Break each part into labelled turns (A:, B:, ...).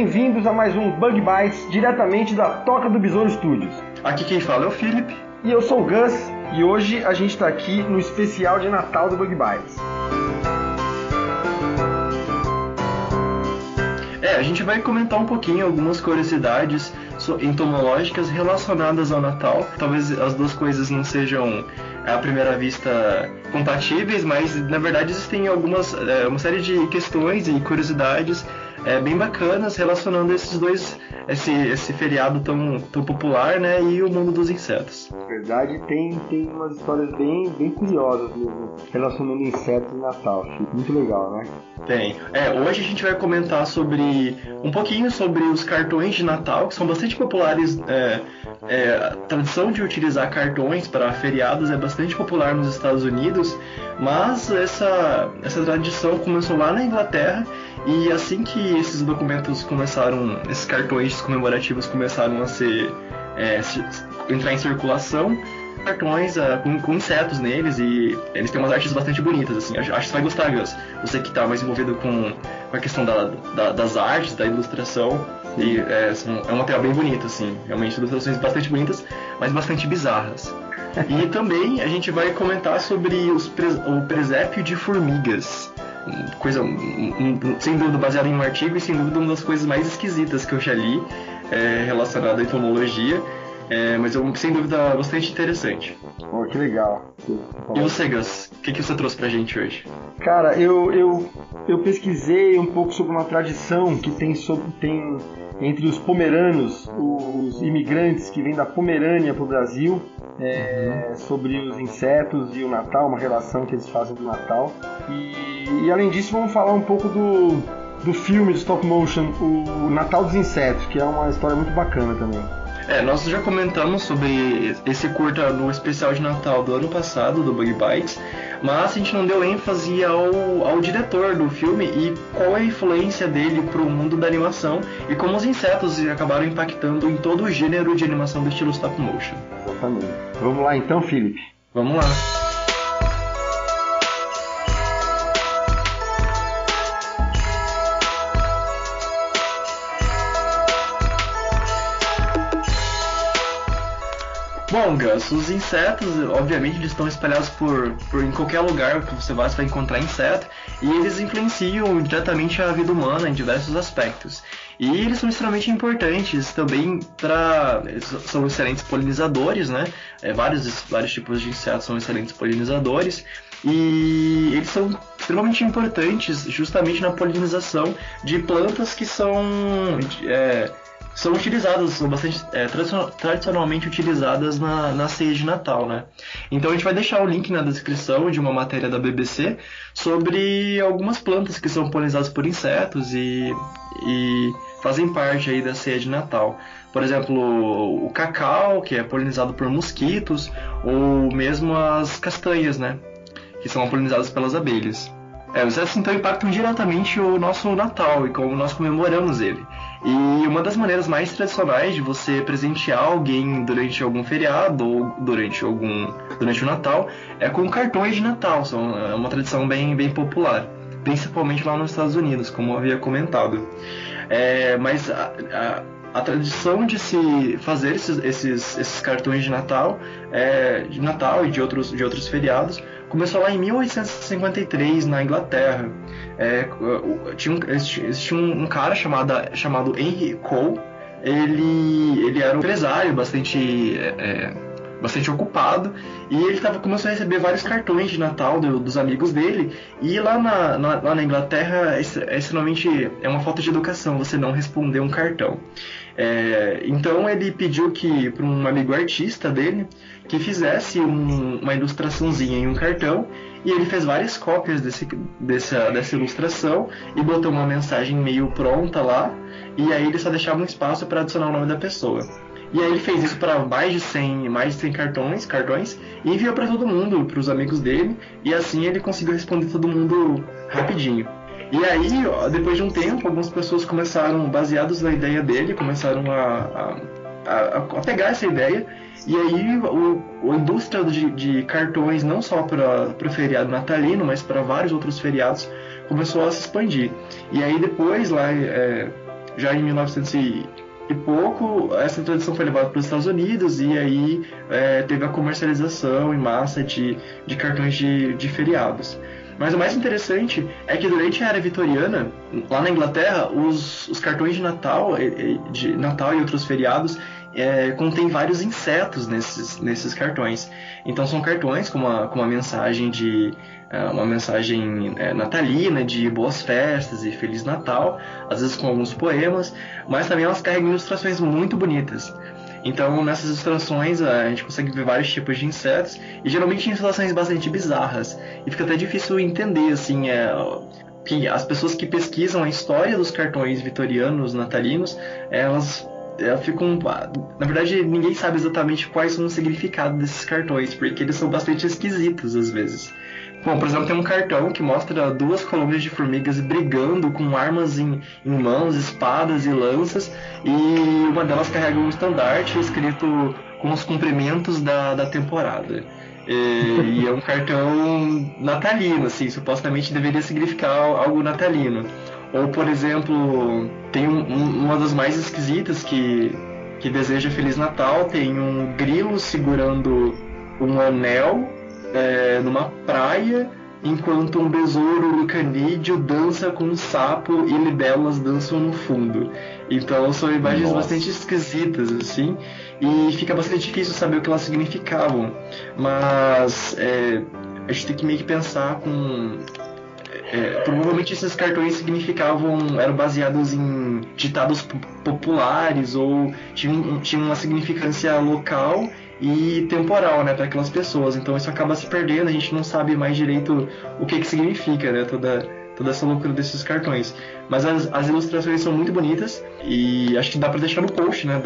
A: bem-vindos a mais um Bug Bites, diretamente da Toca do Besouro Studios.
B: Aqui quem fala é o Felipe.
A: E eu sou o Gus, e hoje a gente está aqui no especial de Natal do Bug Bites.
B: A gente vai comentar um pouquinho algumas curiosidades entomológicas relacionadas ao Natal. Talvez as duas coisas não sejam, à primeira vista, compatíveis, mas na verdade existem uma série de questões e curiosidades bem bacanas relacionando esses dois, esse feriado tão popular, né, e o mundo dos insetos.
A: Na verdade, tem umas histórias bem curiosas mesmo, relacionando insetos e Natal. Muito legal, né?
B: Tem. Hoje a gente vai comentar um pouquinho sobre os cartões de Natal, que são bastante populares. A tradição de utilizar cartões para feriados é bastante popular nos Estados Unidos, mas essa tradição começou lá na Inglaterra, e assim que esses documentos esses cartões comemorativos começaram a entrar em circulação, cartões com insetos neles, e eles têm umas artes bastante bonitas, assim. Acho que você vai gostar, Gus. Você que está mais envolvido com a questão das artes, da ilustração, e é um material bem bonito, assim. Realmente, ilustrações bastante bonitas, mas bastante bizarras. E também a gente vai comentar sobre o presépio de formigas. Coisa, sem dúvida, baseada em um artigo, e sem dúvida uma das coisas mais esquisitas que eu já li relacionada à entomologia. Mas sem dúvida bastante interessante.
A: Oh, que legal.
B: E você, Gus? O que você trouxe pra gente hoje?
A: Cara, eu pesquisei um pouco sobre uma tradição que tem entre os pomeranos, os imigrantes que vêm da Pomerânia para o Brasil, sobre os insetos e o Natal, uma relação que eles fazem do Natal. E além disso, vamos falar um pouco do filme de stop motion, o Natal dos Insetos, que é uma história muito bacana também.
B: Nós já comentamos sobre esse curta no especial de Natal do ano passado, do Bug Bites, mas a gente não deu ênfase ao diretor do filme e qual é a influência dele para o mundo da animação e como os insetos acabaram impactando em todo o gênero de animação do estilo stop motion.
A: Exatamente. Vamos lá então, Felipe?
B: Vamos lá. Bom, Gus, os insetos, obviamente, eles estão espalhados em qualquer lugar que você vai encontrar inseto, e eles influenciam diretamente a vida humana em diversos aspectos. E eles são extremamente importantes também são excelentes polinizadores, né? Vários tipos de insetos são excelentes polinizadores, e eles são extremamente importantes justamente na polinização de plantas que são utilizadas, são bastante tradicionalmente utilizadas na ceia de Natal, né? Então a gente vai deixar o link na descrição de uma matéria da BBC sobre algumas plantas que são polinizadas por insetos e fazem parte aí da ceia de Natal. Por exemplo, o cacau, que é polinizado por mosquitos, ou mesmo as castanhas, né? Que são polinizadas pelas abelhas. Os insetos então impactam diretamente o nosso Natal e como nós comemoramos ele. E uma das maneiras mais tradicionais de você presentear alguém durante algum feriado ou durante o Natal é com cartões de Natal. É uma tradição bem popular, principalmente lá nos Estados Unidos, como eu havia comentado. Mas a tradição de se fazer esses cartões de Natal e de outros feriados começou lá em 1853 na Inglaterra. Existia um cara chamado Henry Cole. Ele era um empresário bastante ocupado, e ele começou a receber vários cartões de Natal dos amigos dele, e lá na Inglaterra é uma falta de educação você não responder um cartão. Então ele pediu para um amigo artista dele que fizesse uma ilustraçãozinha em um cartão, e ele fez várias cópias dessa ilustração e botou uma mensagem meio pronta lá, e aí ele só deixava um espaço para adicionar o nome da pessoa. E aí ele fez isso para mais de 100 cartões e enviou para todo mundo, para os amigos dele, e assim ele conseguiu responder todo mundo rapidinho. E aí, depois de um tempo, algumas pessoas começaram, baseados na ideia dele, começaram a pegar essa ideia, e aí a indústria de cartões, não só para o feriado natalino, mas para vários outros feriados, começou a se expandir. E aí depois, lá já em 1900 e pouco, essa tradição foi levada para os Estados Unidos e aí teve a comercialização em massa de cartões de feriados. Mas o mais interessante é que durante a era vitoriana, lá na Inglaterra, os cartões de Natal e outros feriados contêm vários insetos nesses cartões. Então são cartões com uma mensagem natalina, de boas festas e Feliz Natal, às vezes com alguns poemas, mas também elas carregam ilustrações muito bonitas. Então, nessas ilustrações, a gente consegue ver vários tipos de insetos, e geralmente ilustrações bastante bizarras. E fica até difícil entender, assim, que as pessoas que pesquisam a história dos cartões vitorianos natalinos, elas ficam... Na verdade, ninguém sabe exatamente quais são o significado desses cartões, porque eles são bastante esquisitos, às vezes. Bom, por exemplo, tem um cartão que mostra 2 colônias de formigas brigando com armas em mãos, espadas e lanças, e uma delas carrega um estandarte escrito com os cumprimentos da temporada. E é um cartão natalino, assim, supostamente deveria significar algo natalino. Ou, por exemplo, tem uma das mais esquisitas que deseja Feliz Natal, tem um grilo segurando um anel numa praia, enquanto um besouro canídeo dança com um sapo e libelas dançam no fundo. Então são imagens bastante esquisitas, assim, e fica bastante difícil saber o que elas significavam. Mas a gente tem que meio que pensar com... provavelmente esses cartões eram baseados em ditados populares ou tinham uma significância local e temporal, né, para aquelas pessoas. Então isso acaba se perdendo, a gente não sabe mais direito o que significa, né, toda essa loucura desses cartões. Mas as ilustrações são muito bonitas e acho que dá para deixar no post, né,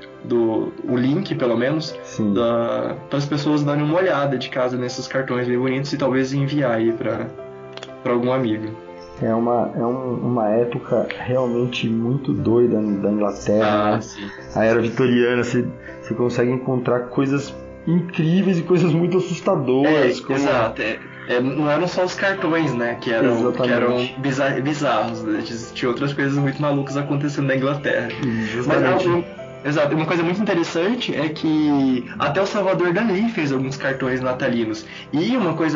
B: o link, pelo menos, para as pessoas darem uma olhada de casa nesses cartões bem bonitos e talvez enviar aí para algum amigo.
A: É uma época realmente muito doida da Inglaterra, né?
B: Sim.
A: A era vitoriana, você consegue encontrar coisas incríveis e coisas muito assustadoras.
B: Exato. Não eram só os cartões, né, que eram bizarros, né? Tinha outras coisas muito malucas acontecendo na Inglaterra. Exato, uma coisa muito interessante é que até o Salvador Dalí fez alguns cartões natalinos. E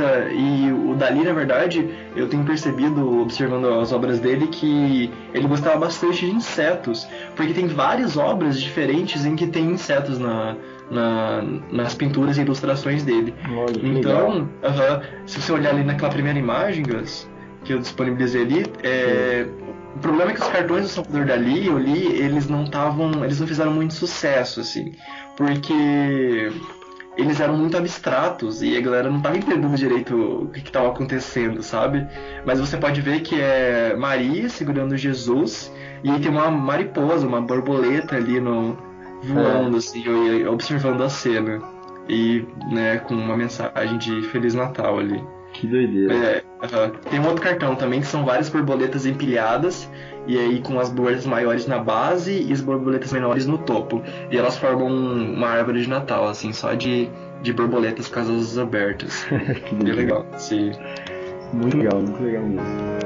B: o Dalí, na verdade, eu tenho percebido, observando as obras dele, que ele gostava bastante de insetos, porque tem várias obras diferentes em que tem insetos nas pinturas e ilustrações dele.
A: Olha,
B: então, se você olhar ali naquela primeira imagem, Gus, que eu disponibilizei ali, o problema é que os cartões do Salvador Dalí, eu li, eles não fizeram muito sucesso, assim, porque eles eram muito abstratos e a galera não estava entendendo direito o que estava acontecendo, sabe? Mas você pode ver que é Maria segurando Jesus e aí tem uma mariposa, uma borboleta ali voando, assim, observando a cena e, né, com uma mensagem de Feliz Natal ali.
A: Que doideira.
B: Tem um outro cartão também que são várias borboletas empilhadas e aí com as borboletas maiores na base e as borboletas menores no topo, e elas formam uma árvore de Natal, assim, só de borboletas com as asas abertas.
A: Que
B: bem legal. Sim.
A: Muito legal mesmo.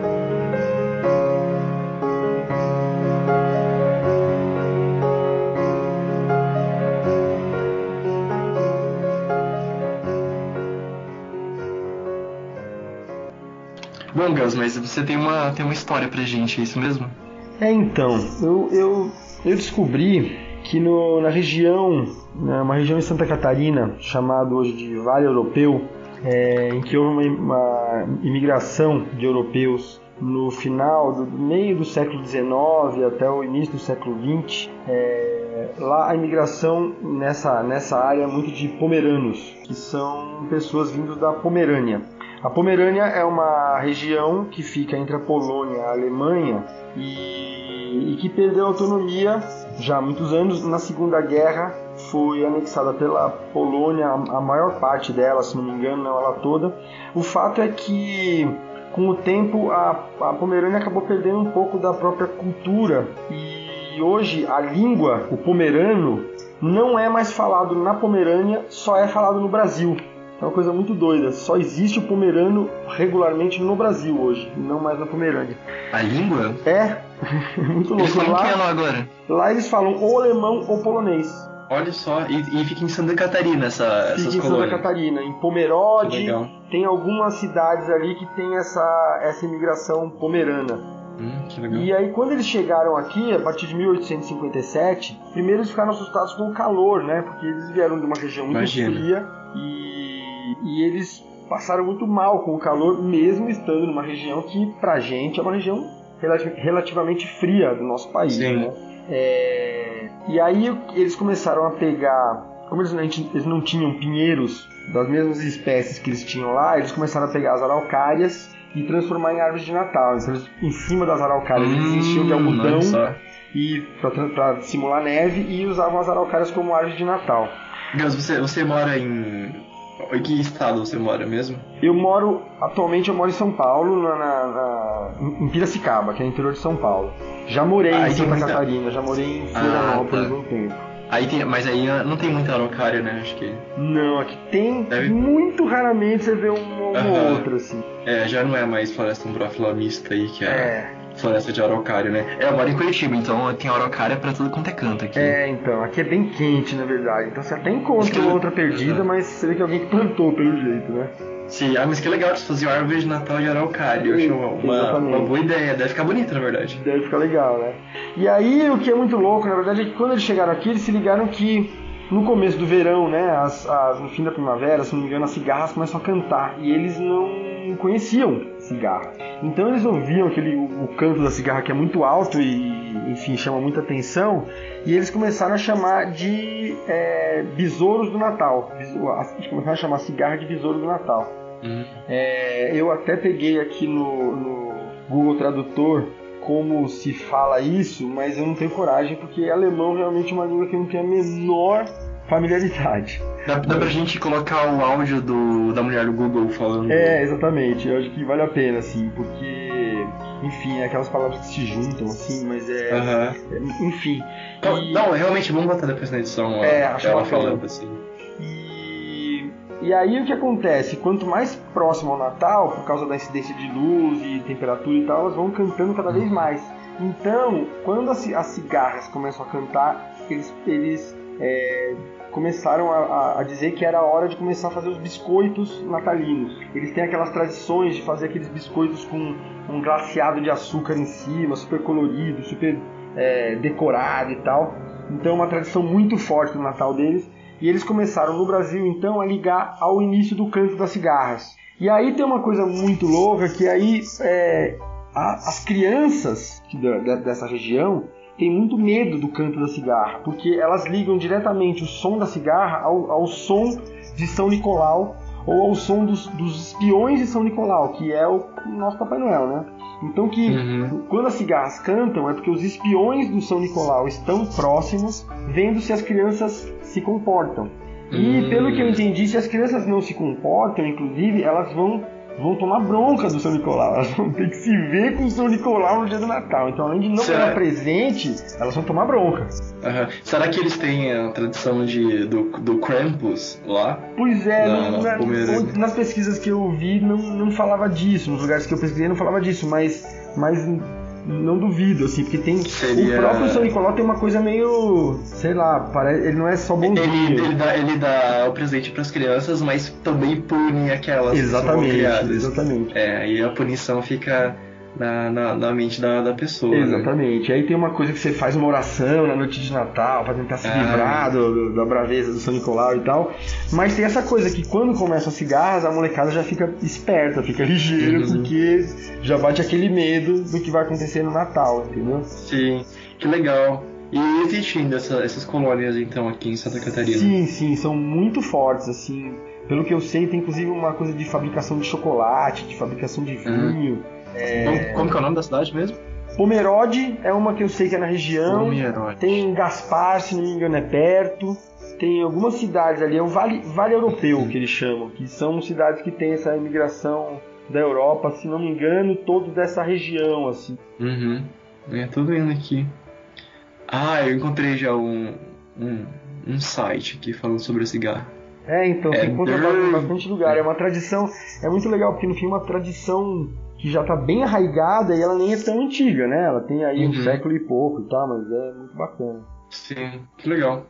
B: Bom, Gus, mas você tem uma história pra gente, é isso mesmo?
A: Então, eu descobri que na região, uma região em Santa Catarina, chamada hoje de Vale Europeu, em que houve uma imigração de europeus no final do meio do século XIX até o início do século XX, lá a imigração nessa área é muito de pomeranos, que são pessoas vindas da Pomerânia. A Pomerânia é uma região que fica entre a Polônia e a Alemanha e que perdeu autonomia já há muitos anos. Na Segunda Guerra foi anexada pela Polônia, a maior parte dela, se não me engano, não ela toda. O fato é que com o tempo a Pomerânia acabou perdendo um pouco da própria cultura e hoje a língua, o pomerano, não é mais falado na Pomerânia, só é falado no Brasil. É uma coisa muito doida. Só existe o pomerano regularmente no Brasil hoje, não mais na Pomerânia.
B: A língua?
A: Muito louco.
B: Eles falam que é lá agora?
A: Lá eles falam ou alemão ou polonês.
B: Olha só, e fica em Santa Catarina essas
A: Fica em
B: colônias.
A: Santa Catarina, em Pomerode.
B: Que legal.
A: Tem algumas cidades ali que tem essa imigração pomerana.
B: Que legal.
A: E aí quando eles chegaram aqui, a partir de 1857, primeiro eles ficaram assustados com o calor, né? Porque eles vieram de uma região muito fria e eles passaram muito mal com o calor, mesmo estando numa região que pra gente é uma região relativamente fria do nosso país.
B: Sim.
A: Né? E aí eles começaram a pegar, como eles não tinham pinheiros das mesmas espécies que eles tinham lá, eles começaram a pegar as araucárias e transformar em árvores de Natal. Então eles, em cima das araucárias eles enchiam de algodão e para simular neve e usavam as araucárias como árvores de Natal.
B: Gus, você mora em que estado você mora mesmo?
A: Atualmente eu moro em São Paulo, em Piracicaba, que é interior de São Paulo. Já morei em Santa Catarina, já morei em Florianópolis um tempo.
B: Mas aí não tem muita araucária, né? Acho que...
A: Não, aqui tem, muito raramente você vê uma outra, assim.
B: Já não é mais floresta umbrófila mista aí, que é floresta de araucária, né? Eu moro em Curitiba, então tem araucária pra tudo quanto é canto aqui.
A: Então, aqui é bem quente, na verdade. Então você até encontra uma outra perdida, mas você vê que alguém que plantou, pelo jeito, né?
B: Sim, mas que legal, eles faziam árvore de Natal de araucária. Eu acho uma boa ideia, deve ficar bonita, na verdade.
A: Deve ficar legal, né? E aí, o que é muito louco, na verdade, é que quando eles chegaram aqui, eles se ligaram que no começo do verão, né, no fim da primavera, se não me engano, as cigarras começam a cantar. E eles não conheciam cigarra. Então eles ouviam o canto da cigarra, que é muito alto e, enfim, chama muita atenção. E eles começaram a chamar de besouros do Natal. Eles começaram a chamar a cigarra de besouro do Natal. Eu até peguei aqui no Google Tradutor como se fala isso, mas eu não tenho coragem, porque alemão realmente é uma língua que eu não tenho a menor familiaridade.
B: Dá pra gente colocar o áudio da mulher do Google falando...
A: Exatamente. Eu acho que vale a pena, assim, porque... Enfim, é aquelas palavras que se juntam, assim, mas enfim.
B: Não, realmente, vamos botar depois na edição
A: acho
B: ela
A: bacana.
B: falando, assim.
A: E aí o que acontece? Quanto mais próximo ao Natal, por causa da incidência de luz e temperatura e tal, elas vão cantando cada vez mais. Então, quando as cigarras começam a cantar, eles começaram a dizer que era a hora de começar a fazer os biscoitos natalinos. Eles têm aquelas tradições de fazer aqueles biscoitos com um glaceado de açúcar em cima, super colorido, super decorado e tal. Então é uma tradição muito forte do Natal deles. E eles começaram no Brasil, então, a ligar ao início do canto das cigarras. E aí tem uma coisa muito louca, que aí as crianças dessa região têm muito medo do canto da cigarra, porque elas ligam diretamente o som da cigarra ao som de São Nicolau, ou ao som dos espiões de São Nicolau, que é o nosso Papai Noel, né? Então quando as cigarras cantam, é porque os espiões do São Nicolau estão próximos, vendo se as crianças se comportam. E pelo que eu entendi, se as crianças não se comportam, inclusive, elas vão tomar bronca do São Nicolau. Elas vão ter que se ver com o São Nicolau no dia do Natal. Então, além de não ganhar presente, elas vão tomar bronca.
B: Será que eles têm a tradição do Krampus lá?
A: Pois é, nas pesquisas que eu vi não falava disso. Nos lugares que eu pesquisei não falava disso, mas não duvido, assim, porque tem... O próprio São Nicolau tem uma coisa meio... Sei lá, ele não é só bonzinho.
B: Ele dá o presente para as crianças, mas também pune aquelas que são criadas. Exatamente. E a punição fica na mente da pessoa.
A: Exatamente.
B: Né?
A: Aí tem uma coisa que você faz uma oração na noite de Natal para tentar se livrar da braveza do São Nicolau e tal. Mas tem essa coisa que quando começam as cigarras, a molecada já fica esperta, fica ligeira, porque já bate aquele medo do que vai acontecer no Natal, entendeu?
B: Sim, que legal. E existem ainda essas colônias, então, aqui em Santa Catarina?
A: Sim, são muito fortes, assim. Pelo que eu sei, tem inclusive uma coisa de fabricação de chocolate, de fabricação de vinho.
B: Como que é o nome da cidade mesmo?
A: Pomerode é uma que eu sei que é na região.
B: Pomerode.
A: Tem Gaspar, se não me engano, é perto. Tem algumas cidades ali, é o Vale Europeu que eles chamam, que são cidades que têm essa imigração da Europa, se não me engano, todos dessa região, assim.
B: Tô vendo aqui. Eu encontrei já um site aqui falando sobre a cigarra.
A: Então, você encontra em bastante lugar. É uma tradição, é muito legal, porque no fim é uma tradição que já tá bem arraigada e ela nem é tão antiga, né? Ela tem aí um século e pouco e tal, mas é muito bacana.
B: Sim, que legal.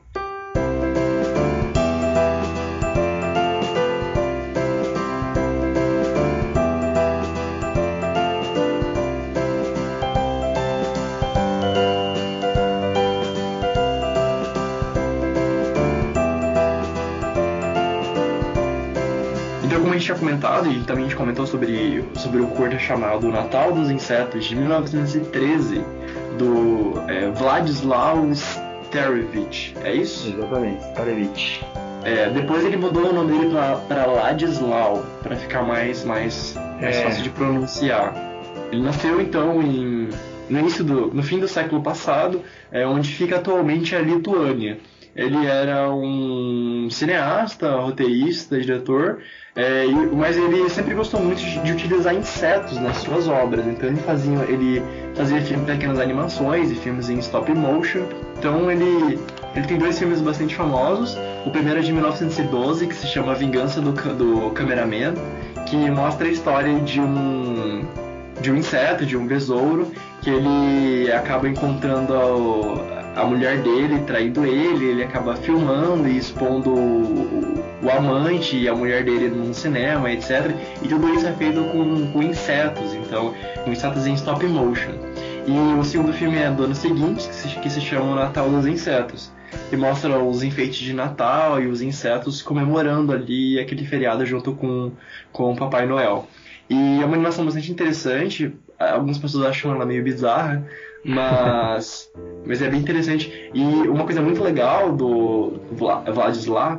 B: Como a gente tinha comentado, e também a gente comentou sobre o curta chamado Natal dos Insetos, de 1913, do Władysław Starewicz, é isso?
A: Exatamente, Starewicz.
B: Depois ele mudou o nome dele para Ladislau, para ficar mais fácil de pronunciar. Ele nasceu então no fim do século passado, onde fica atualmente a Lituânia. Ele era um cineasta, roteirista, diretor, mas ele sempre gostou muito de utilizar insetos nas suas obras. Então ele fazia pequenas animações e filmes em stop motion. Então ele tem 2 filmes bastante famosos. O primeiro é de 1912, que se chama A Vingança do Cameraman, que mostra a história de um inseto, de um besouro, que ele acaba encontrando a mulher dele, traindo ele acaba filmando e expondo o amante e a mulher dele num cinema, etc. E tudo isso é feito com insetos, então, com insetos em stop motion. E o segundo filme é do ano seguinte, que se chama O Natal dos Insetos, que mostra os enfeites de Natal e os insetos comemorando ali aquele feriado junto com o Papai Noel. E é uma animação bastante interessante, algumas pessoas acham ela meio bizarra, mas é bem interessante. E uma coisa muito legal do Władysław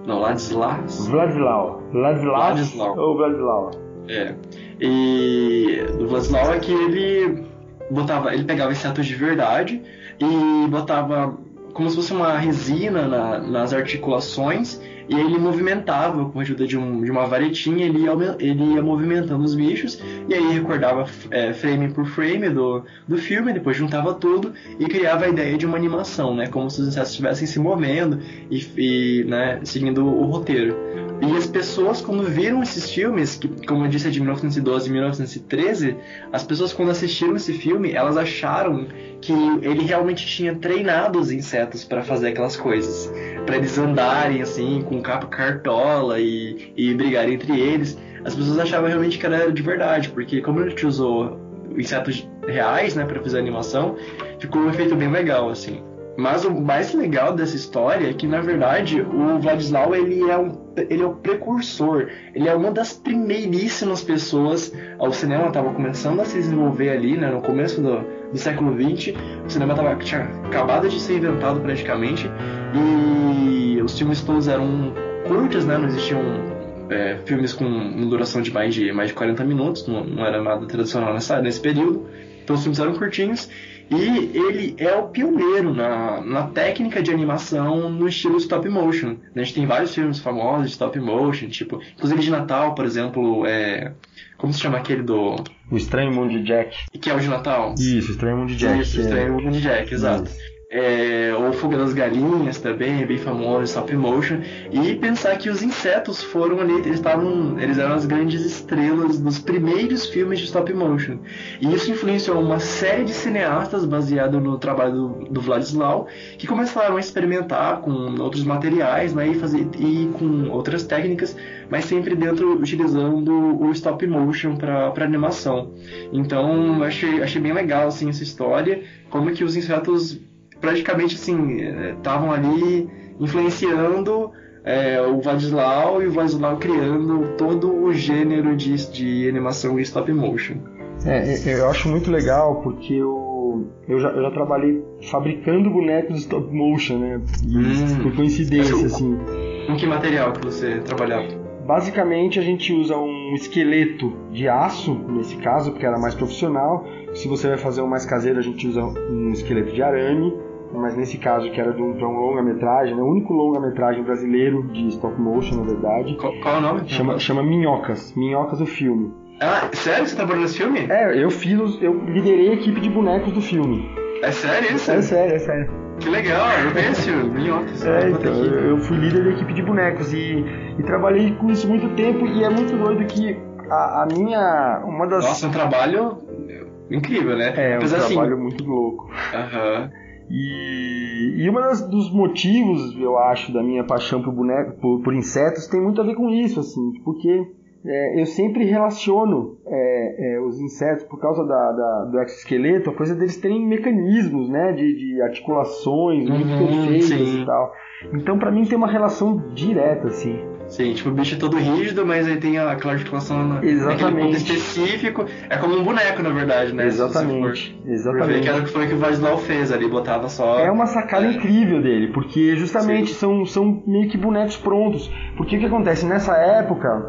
B: ou Władysław? E do Władysław é que ele pegava insetos de verdade e botava como se fosse uma resina nas articulações, e ele movimentava com a ajuda de uma varetinha, ele ia movimentando os bichos, e aí recordava frame por frame do filme, depois juntava tudo e criava a ideia de uma animação, né, como se os insetos estivessem se movendo e né, seguindo o roteiro. E as pessoas, quando viram esses filmes, que, como eu disse, é de 1912 e 1913, as pessoas, quando assistiram esse filme, elas acharam que ele realmente tinha treinado os insetos para fazer aquelas coisas, para eles andarem assim, com capa cartola e brigarem entre eles. As pessoas achavam realmente que era de verdade, porque como ele usou insetos reais, né, para fazer a animação, ficou um efeito bem legal, assim. Mas o mais legal dessa história é que, na verdade, o Władysław, ele é o precursor. Ele é uma das primeiríssimas pessoas. O cinema estava começando a se desenvolver ali, né, no começo do século XX. O cinema tinha acabado de ser inventado praticamente. E os filmes todos eram curtos, né, não existiam filmes com uma duração de mais de 40 minutos. Não era nada tradicional nesse período. Então os filmes eram curtinhos. E ele é o pioneiro na técnica de animação no estilo stop motion. A gente tem vários filmes famosos de stop motion, tipo, inclusive de Natal, por exemplo, como se chama aquele do...
A: O Estranho Mundo de Jack.
B: Que é o de Natal?
A: Isso, Estranho Mundo de Jack.
B: Isso, Estranho Mundo de Jack, exato. O Fuga das Galinhas também é bem famoso, stop motion. E pensar que os insetos foram ali, eles eram as grandes estrelas dos primeiros filmes de stop motion. E isso influenciou uma série de cineastas baseado no trabalho do Władysław, que começaram a experimentar com outros materiais, né, e com outras técnicas, mas sempre utilizando o stop motion para animação. Então achei bem legal assim, essa história, como que os insetos praticamente assim estavam ali influenciando o Władysław, e o Władysław criando todo o gênero de animação e stop motion.
A: Eu acho muito legal porque eu já trabalhei fabricando bonecos de stop motion, né? Por coincidência, assim.
B: Com que material que você trabalhava?
A: Basicamente a gente usa um esqueleto de aço, nesse caso, porque era mais profissional. Se você vai fazer um mais caseiro, a gente usa um esqueleto de arame. Mas nesse caso, que era de um longa-metragem, né? O único longa-metragem brasileiro de stop motion, na verdade.
B: Qual é o nome?
A: Chama Minhocas. Minhocas, o filme.
B: Ah, sério? Você trabalhou nesse filme?
A: Eu liderei a equipe de bonecos do filme.
B: É sério isso?
A: É sério.
B: Que legal, eu conheci o Minhocas.
A: Então, eu fui líder da equipe de bonecos e trabalhei com isso muito tempo, e é muito doido que uma das...
B: Nossa, um trabalho incrível, né?
A: É, um trabalho muito louco.
B: Aham.
A: E dos motivos, eu acho, da minha paixão por insetos tem muito a ver com isso, assim, porque eu sempre relaciono os insetos, por causa do exoesqueleto, a coisa deles terem mecanismos, né, de articulações muito perfeitas e tal. Então, pra mim, tem uma relação direta, assim.
B: Sim, tipo, o bicho é todo rígido, mas aí tem aquela articulação naquele ponto específico. É como um boneco, na verdade, né?
A: Exatamente.
B: Que era o que foi que o Vadislau fez ali, botava só...
A: É uma sacada incrível dele, porque justamente são meio que bonecos prontos. Porque o que acontece? Nessa época,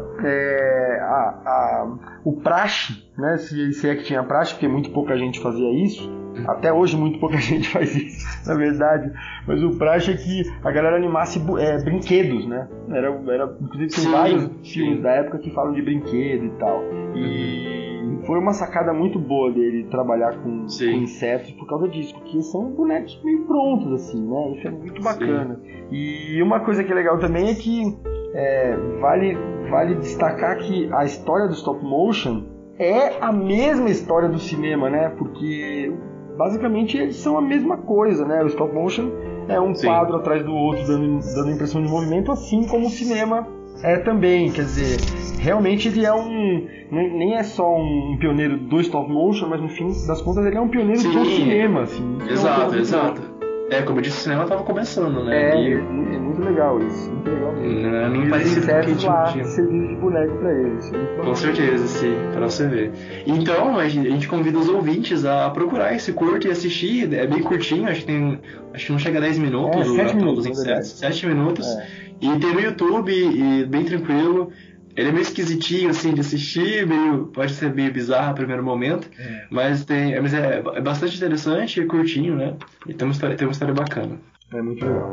A: o praxe, né? Se é que tinha praxe, porque muito pouca gente fazia isso. Até hoje muito pouca gente faz isso, na verdade. Mas o praxe é que a galera animasse brinquedos, né? Inclusive tem vários filmes da época que falam de brinquedo e tal. E foi uma sacada muito boa dele trabalhar com insetos por causa disso, porque são bonecos meio prontos, assim, né? Isso é muito bacana. E uma coisa que é legal também é que vale destacar que a história do stop motion é a mesma história do cinema, né? Porque basicamente eles são a mesma coisa, né? O stop motion é um quadro atrás do outro dando impressão de movimento, assim como o cinema também. Quer dizer, realmente ele nem é só um pioneiro do stop motion, mas no fim das contas ele é um pioneiro do cinema, assim.
B: Exato. Como eu disse, o cinema estava começando,
A: né? É muito legal isso, muito legal mesmo.
B: Não é nem parecido com o que a gente tinha.
A: Serviço de boneco pra eles.
B: Com certeza, sim, pra você ver. Então, a gente convida os ouvintes a procurar esse curto e assistir. É bem curtinho, acho que não chega a 10 minutos.
A: 7 minutos,
B: dos insetos, 7 minutos. E tem no YouTube, e bem tranquilo. Ele é meio esquisitinho, assim, de assistir, pode ser meio bizarro no primeiro momento, mas é bastante interessante e curtinho, né? E tem uma história bacana.
A: É muito legal.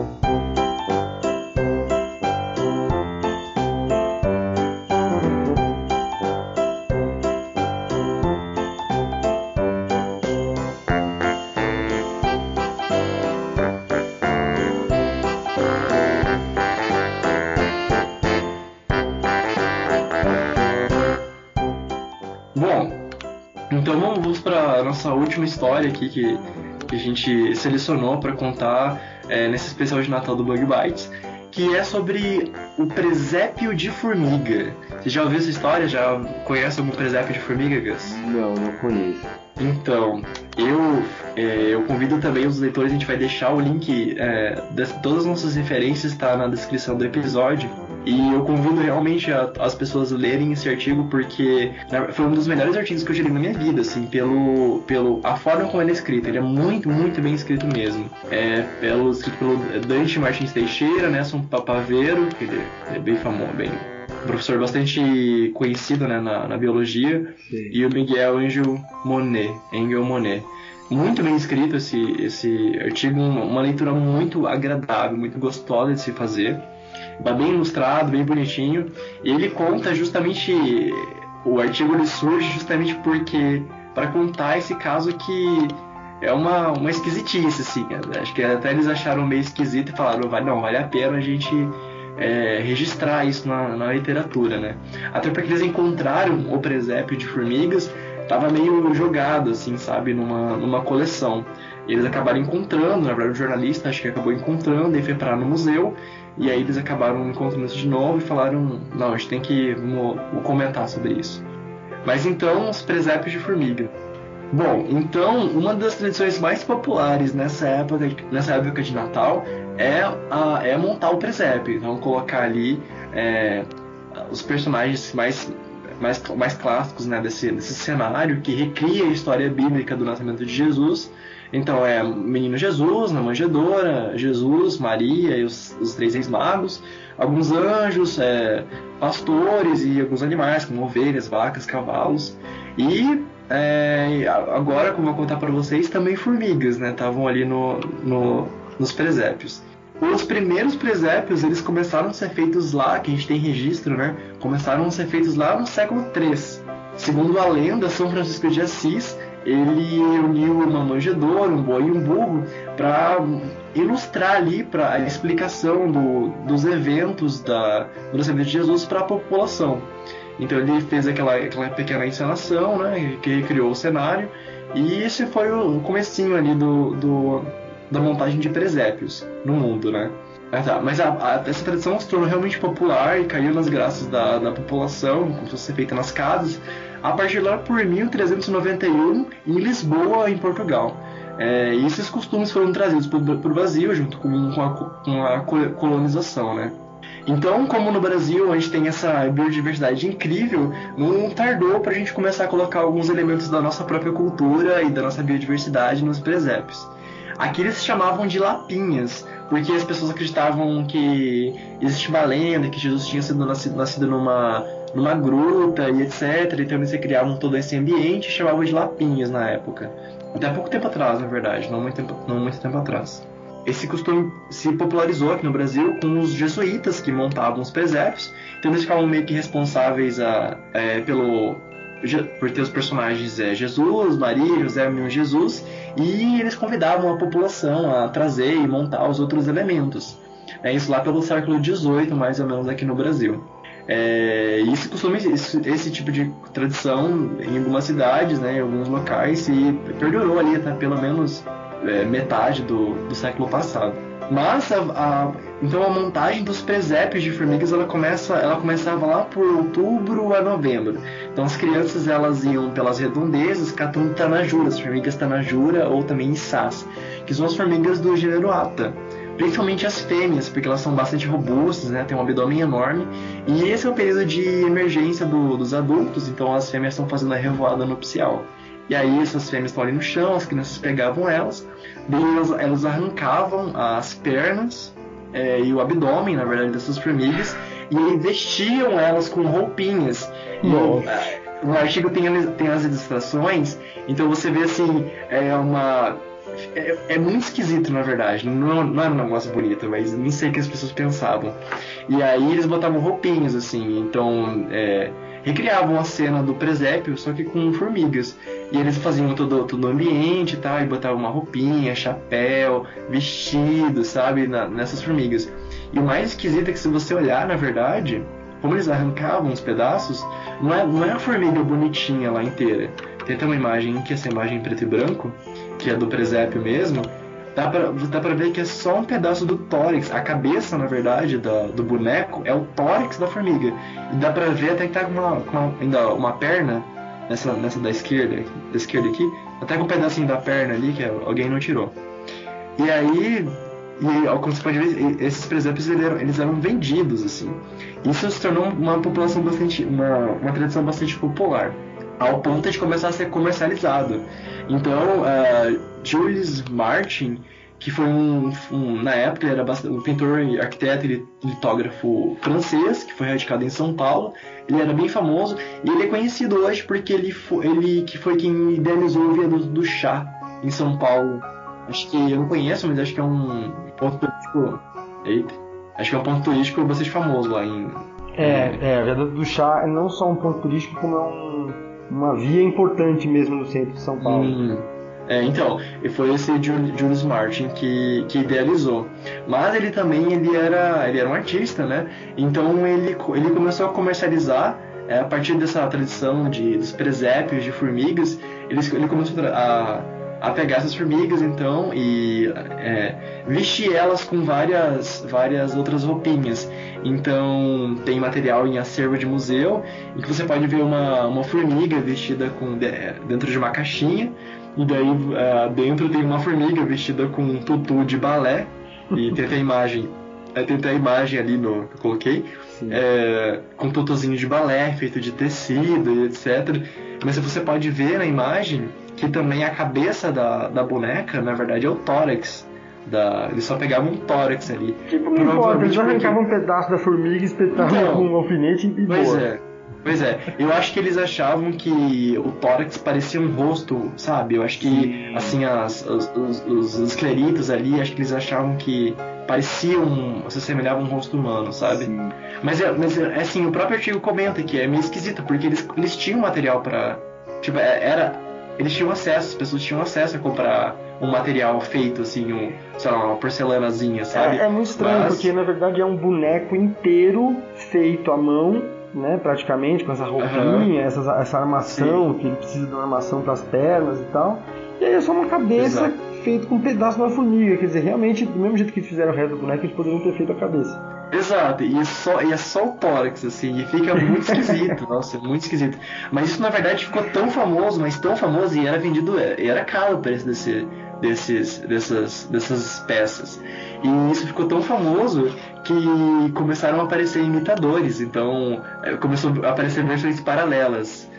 B: Então vamos para a nossa última história aqui que a gente selecionou para contar nesse especial de Natal do Bug Bites, que é sobre o presépio de formiga. Você já ouviu essa história? Já conhece algum presépio de formiga, Gus?
A: Não conheço.
B: Então, eu convido também os leitores, a gente vai deixar o link de todas as nossas referências, está na descrição do episódio. E eu convido realmente as pessoaslerem esse artigo, porque foi um dos melhores artigos que eu tirei na minha vida, assim, a forma como ele é escrito. Ele é muito, muito bem escrito mesmo. Escrito pelo Dante Martins Teixeira, Nelson Papaveiro, que ele é bem famoso, um professor bastante conhecido, né, na biologia.
A: Sim.
B: E o Miguel Angel Monet. Muito bem escrito esse artigo, uma leitura muito agradável, muito gostosa de se fazer. Tá bem ilustrado, bem bonitinho. E ele conta justamente... O artigo ele surge justamente porque... para contar esse caso que é uma esquisitice, assim. Acho que até eles acharam meio esquisito e falaram, vale a pena a gente registrar isso na literatura, né? Até porque eles encontraram o presépio de formigas, tava meio jogado, assim, sabe? Numa coleção. E eles acabaram encontrando, na verdade o jornalista acho que acabou encontrando e foi parar no museu. E aí eles acabaram encontrando isso de novo e falaram, não, a gente tem que vamos comentar sobre isso. Mas então, os presépios de formiga. Bom, então, uma das tradições mais populares nessa época de Natal é montar o presépio. Então, colocar ali os personagens mais clássicos, né, desse cenário que recria a história bíblica do nascimento de Jesus. Então é o menino Jesus, na manjedoura, Jesus, Maria e os 3 reis magos, alguns anjos, pastores e alguns animais, como ovelhas, vacas, cavalos. E agora, como eu vou contar para vocês, também formigas, né, estavam ali nos presépios. Os primeiros presépios, eles começaram a ser feitos lá, que a gente tem registro, né, começaram a ser feitos lá no século III. Segundo a lenda, São Francisco de Assis, ele uniu uma manjedoura, um boi e um burro para ilustrar ali a explicação dos eventos do nascimento de Jesus para a população. Então ele fez aquela pequena encenação, né, que criou o cenário, e esse foi o comecinho ali da montagem de presépios no mundo, né? Mas essa tradição se tornou realmente popular e caiu nas graças da população, começou a ser feita nas casas, a partir de lá por 1391, em Lisboa, em Portugal. E esses costumes foram trazidos para o Brasil junto com a colonização, né? Então, como no Brasil a gente tem essa biodiversidade incrível, não tardou para a gente começar a colocar alguns elementos da nossa própria cultura e da nossa biodiversidade nos presépios. Aqui eles se chamavam de lapinhas, porque as pessoas acreditavam que existia uma lenda, que Jesus tinha sido nascido numa gruta e etc. Então eles criavam todo esse ambiente e chamavam de lapinhas na época. Até pouco tempo atrás, na verdade, não muito tempo atrás. Esse costume se popularizou aqui no Brasil com os jesuítas que montavam os presépios. Então eles ficavam meio que responsáveis por ter os personagens Jesus, Maria, José, Menino Jesus, e eles convidavam a população a trazer e montar os outros elementos. Isso lá pelo século XVIII, mais ou menos, aqui no Brasil. Esse tipo de tradição em algumas cidades, né, em alguns locais, se perdurou ali até pelo menos metade do século passado. Mas então a montagem dos presépios de formigas ela começava lá por outubro a novembro. Então as crianças elas iam pelas redondezas catando tanajuras, formigas tanajura ou também içás, que são as formigas do gênero Apta. Principalmente as fêmeas, porque elas são bastante robustas, né, tem um abdômen enorme. E esse é o período de emergência dos adultos, então as fêmeas estão fazendo a revoada nupcial. E aí essas fêmeas estão ali no chão, as crianças pegavam elas, daí elas arrancavam as pernas e o abdômen, na verdade, dessas formigas, e aí vestiam elas com roupinhas. E o artigo tem as ilustrações, então você vê assim, é muito esquisito, na verdade. Não era um negócio bonito, mas não sei o que as pessoas pensavam. E aí eles botavam roupinhas, assim, então recriavam a cena do presépio, só que com formigas. E eles faziam todo o ambiente e tal, e botavam uma roupinha, chapéu, vestido, sabe, nessas formigas. E o mais esquisito é que se você olhar, na verdade, como eles arrancavam os pedaços, não é a formiga bonitinha lá inteira. Tem até uma imagem, que é essa imagem em preto e branco, que é do presépio mesmo, dá pra ver que é só um pedaço do tórax. A cabeça, na verdade, do boneco é o tórax da formiga. E dá pra ver até que tá com ainda uma perna, nessa da esquerda aqui, até com um pedacinho da perna ali, que alguém não tirou. E aí, como você pode ver, esses presépios eles eram vendidos, assim. Isso se tornou uma população bastante, uma tradição bastante popular, ao ponto de começar a ser comercializado. Então, Jules Martin, que foi na época ele era um pintor, arquiteto e litógrafo francês, que foi radicado em São Paulo. Ele era bem famoso e ele é conhecido hoje porque ele que foi quem idealizou o viaduto do Chá em São Paulo. Acho que eu não conheço, mas acho que é um ponto turístico. Acho que é um ponto turístico bastante famoso lá em.
A: O viaduto do Chá é não só um ponto turístico, como é uma via importante mesmo no centro de São Paulo.
B: Então, foi esse Jules Martin que idealizou. Mas ele também era um artista, né? Então ele começou a comercializar a partir dessa tradição dos presépios de formigas. Ele começou a pegar essas formigas, então, e vestir elas com várias outras roupinhas. Então, tem material em acervo de museu, em que você pode ver uma formiga vestida dentro de uma caixinha, e daí dentro tem uma formiga vestida com um tutu de balé, e tem a imagem ali que eu coloquei, com um tutuzinho de balé feito de tecido e etc. Mas você pode ver na imagem que também a cabeça da boneca, na verdade, é o tórax. Eles só pegavam um tórax ali.
A: Tipo, não importa, eles arrancavam um pedaço da formiga, espetavam com um alfinete e boa.
B: Pois é, eu acho que eles achavam que o tórax parecia um rosto, sabe? Eu acho que, assim, os escleritos ali, acho que eles achavam que se assemelhava a um rosto humano, sabe? Sim. Mas assim, o próprio artigo comenta que é meio esquisito, porque eles tinham material pra... Tipo, eles tinham acesso, as pessoas tinham acesso a comprar um material feito, assim, sei lá, uma porcelanazinha, sabe?
A: É muito estranho, porque na verdade é um boneco inteiro feito à mão, né, praticamente, com essa roupinha, essa armação, que ele precisa de uma armação para as pernas e tal. E aí é só uma cabeça feita com um pedaço de uma formiga. Quer dizer, realmente, do mesmo jeito que eles fizeram o resto do boneco, eles poderiam ter feito a cabeça.
B: Exato, e é só o tórax, assim, e fica muito esquisito, nossa, muito esquisito. Mas isso, na verdade, ficou tão famoso, mas tão famoso, e era vendido, e era caro o preço dessas peças. E isso ficou tão famoso que começaram a aparecer imitadores, então começou a aparecer versões paralelas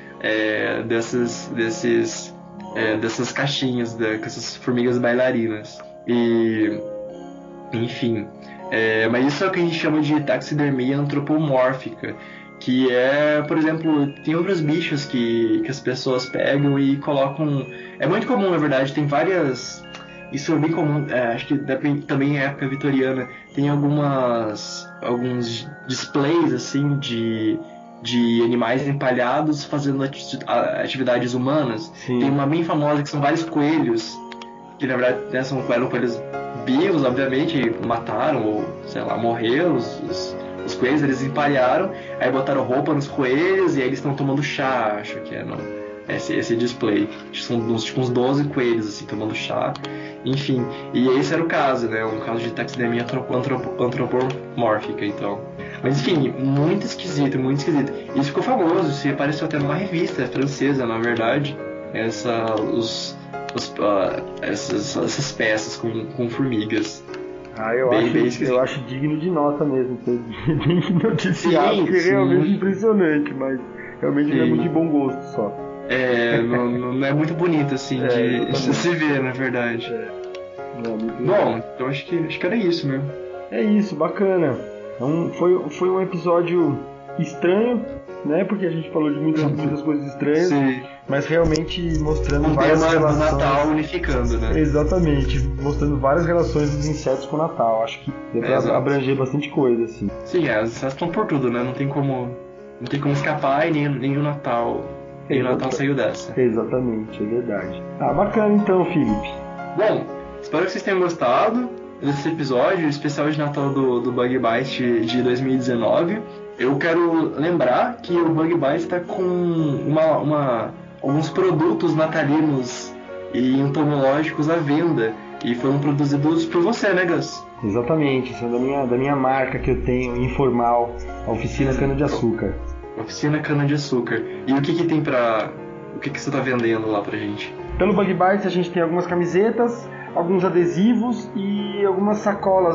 B: dessas caixinhas, com essas formigas bailarinas. E, enfim... mas isso é o que a gente chama de taxidermia antropomórfica, que é, por exemplo, tem outros bichos que as pessoas pegam e colocam... É muito comum, na verdade, tem várias... Isso é bem comum, acho que também é época vitoriana, tem alguns displays, assim, de animais empalhados fazendo atividades humanas.
A: Sim.
B: Tem uma bem famosa que são vários coelhos, que na verdade eram coelhos vivos, obviamente, mataram ou, sei lá, morreram os coelhos, eles empalharam, aí botaram roupa nos coelhos e aí eles estão tomando chá, acho que é esse display. São uns 12 coelhos, assim, tomando chá. Enfim, e esse era o caso, né? Um caso de taxidermia antropomórfica, então. Mas enfim, muito esquisito, muito esquisito. Isso ficou famoso, isso apareceu até numa revista francesa, na verdade. Essas peças com formigas.
A: Eu acho digno de nota mesmo, digno de noticiar, porque é realmente impressionante, mas realmente não é muito de bom gosto só.
B: Não é muito bonito assim de se ver, na verdade. Bom, então acho que era isso mesmo.
A: É isso, bacana. Então, foi um episódio estranho, né? Porque a gente falou de muitas coisas estranhas, sim, mas realmente mostrando várias relações.
B: Do Natal unificando, né?
A: Exatamente, mostrando várias relações dos insetos com o Natal. Acho que deu pra abranger bastante coisa, assim.
B: Sim, os insetos estão por tudo, né? Não tem como escapar e nem o Natal. Nem o Natal saiu dessa.
A: Exatamente, é verdade. Bacana então, Felipe.
B: Bom, espero que vocês tenham gostado desse episódio especial de Natal do Bug Bite de 2019. Eu quero lembrar que o Bug Bite está com alguns produtos natalinos e entomológicos à venda. E foram produzidos por você, né, Gus?
A: Exatamente, são da minha marca que eu tenho informal, a Oficina Cana de Açúcar.
B: Oficina Cana de Açúcar. E o que tem o que você está vendendo lá pra gente?
A: Pelo Bug Bites a gente tem algumas camisetas, alguns adesivos e algumas sacolas,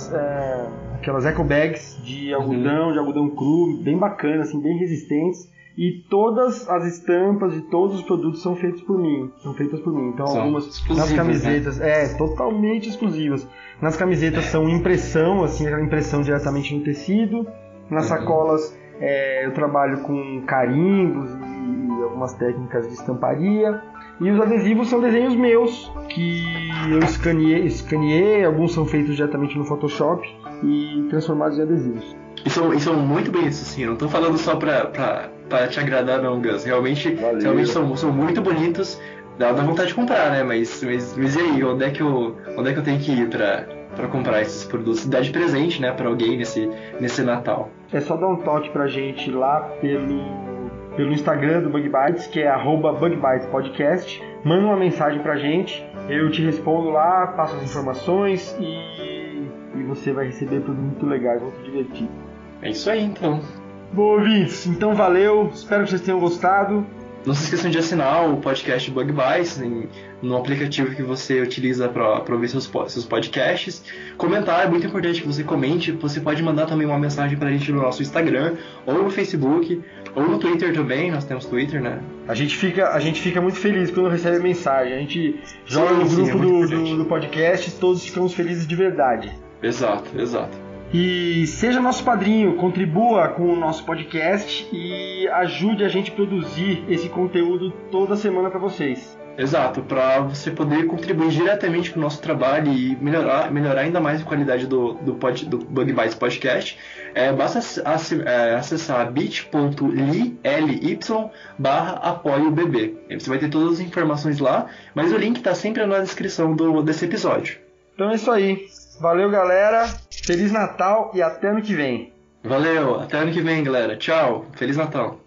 A: aquelas eco bags de algodão cru, bem bacana, assim, bem resistentes. E todas as estampas de todos os produtos são feitas por mim. Então são algumas nas camisetas, né? Totalmente exclusivas. Nas camisetas são impressão, assim, aquela impressão diretamente no tecido. Nas sacolas eu trabalho com carimbos e algumas técnicas de estamparia. E os adesivos são desenhos meus, que eu escaneei, alguns são feitos diretamente no Photoshop e transformados em adesivos.
B: E são muito bonitos, assim, eu não tô falando só pra te agradar não, Gus. Realmente são muito bonitos, dá vontade de comprar, né? Mas e aí, onde é que eu tenho que ir pra comprar esses produtos? Dar de presente, né, pra alguém nesse Natal.
A: É só dar um toque pra gente lá pelo Instagram do Bug Bites, que é @BugBitesPodcast. Manda uma mensagem pra gente, eu te respondo lá, passo as informações e você vai receber produtos muito legais, muito divertidos.
B: É isso aí, então.
A: Bom, ouvintes, então valeu, espero que vocês tenham gostado.
B: Não se esqueçam de assinar o podcast Bug Bites no aplicativo que você utiliza para ouvir seus podcasts. Comentar, é muito importante que você comente. Você pode mandar também uma mensagem para a gente no nosso Instagram, ou no Facebook, ou no Twitter também. Nós temos Twitter, né?
A: A gente fica muito feliz quando recebe mensagem. A gente joga no grupo do podcast, todos ficamos felizes de verdade.
B: Exato.
A: E seja nosso padrinho, contribua com o nosso podcast e ajude a gente a produzir esse conteúdo toda semana para vocês.
B: Exato, para você poder contribuir diretamente com o nosso trabalho e melhorar ainda mais a qualidade do Bug Bites Podcast, basta acessar bit.ly/apoiobb. Você vai ter todas as informações lá, mas o link está sempre na descrição desse episódio.
A: Então é isso aí. Valeu, galera. Feliz Natal e até ano que vem.
B: Valeu, até ano que vem, galera. Tchau. Feliz Natal.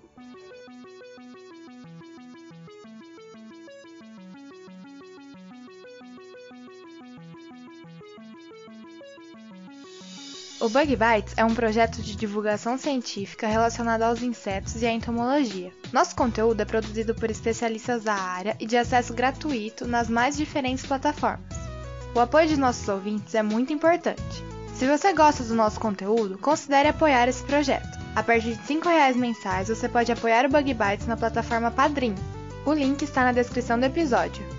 C: O Bug Bites é um projeto de divulgação científica relacionado aos insetos e à entomologia. Nosso conteúdo é produzido por especialistas da área e de acesso gratuito nas mais diferentes plataformas. O apoio de nossos ouvintes é muito importante. Se você gosta do nosso conteúdo, considere apoiar esse projeto. A partir de R$5 mensais, você pode apoiar o Bug Bites na plataforma Padrim. O link está na descrição do episódio.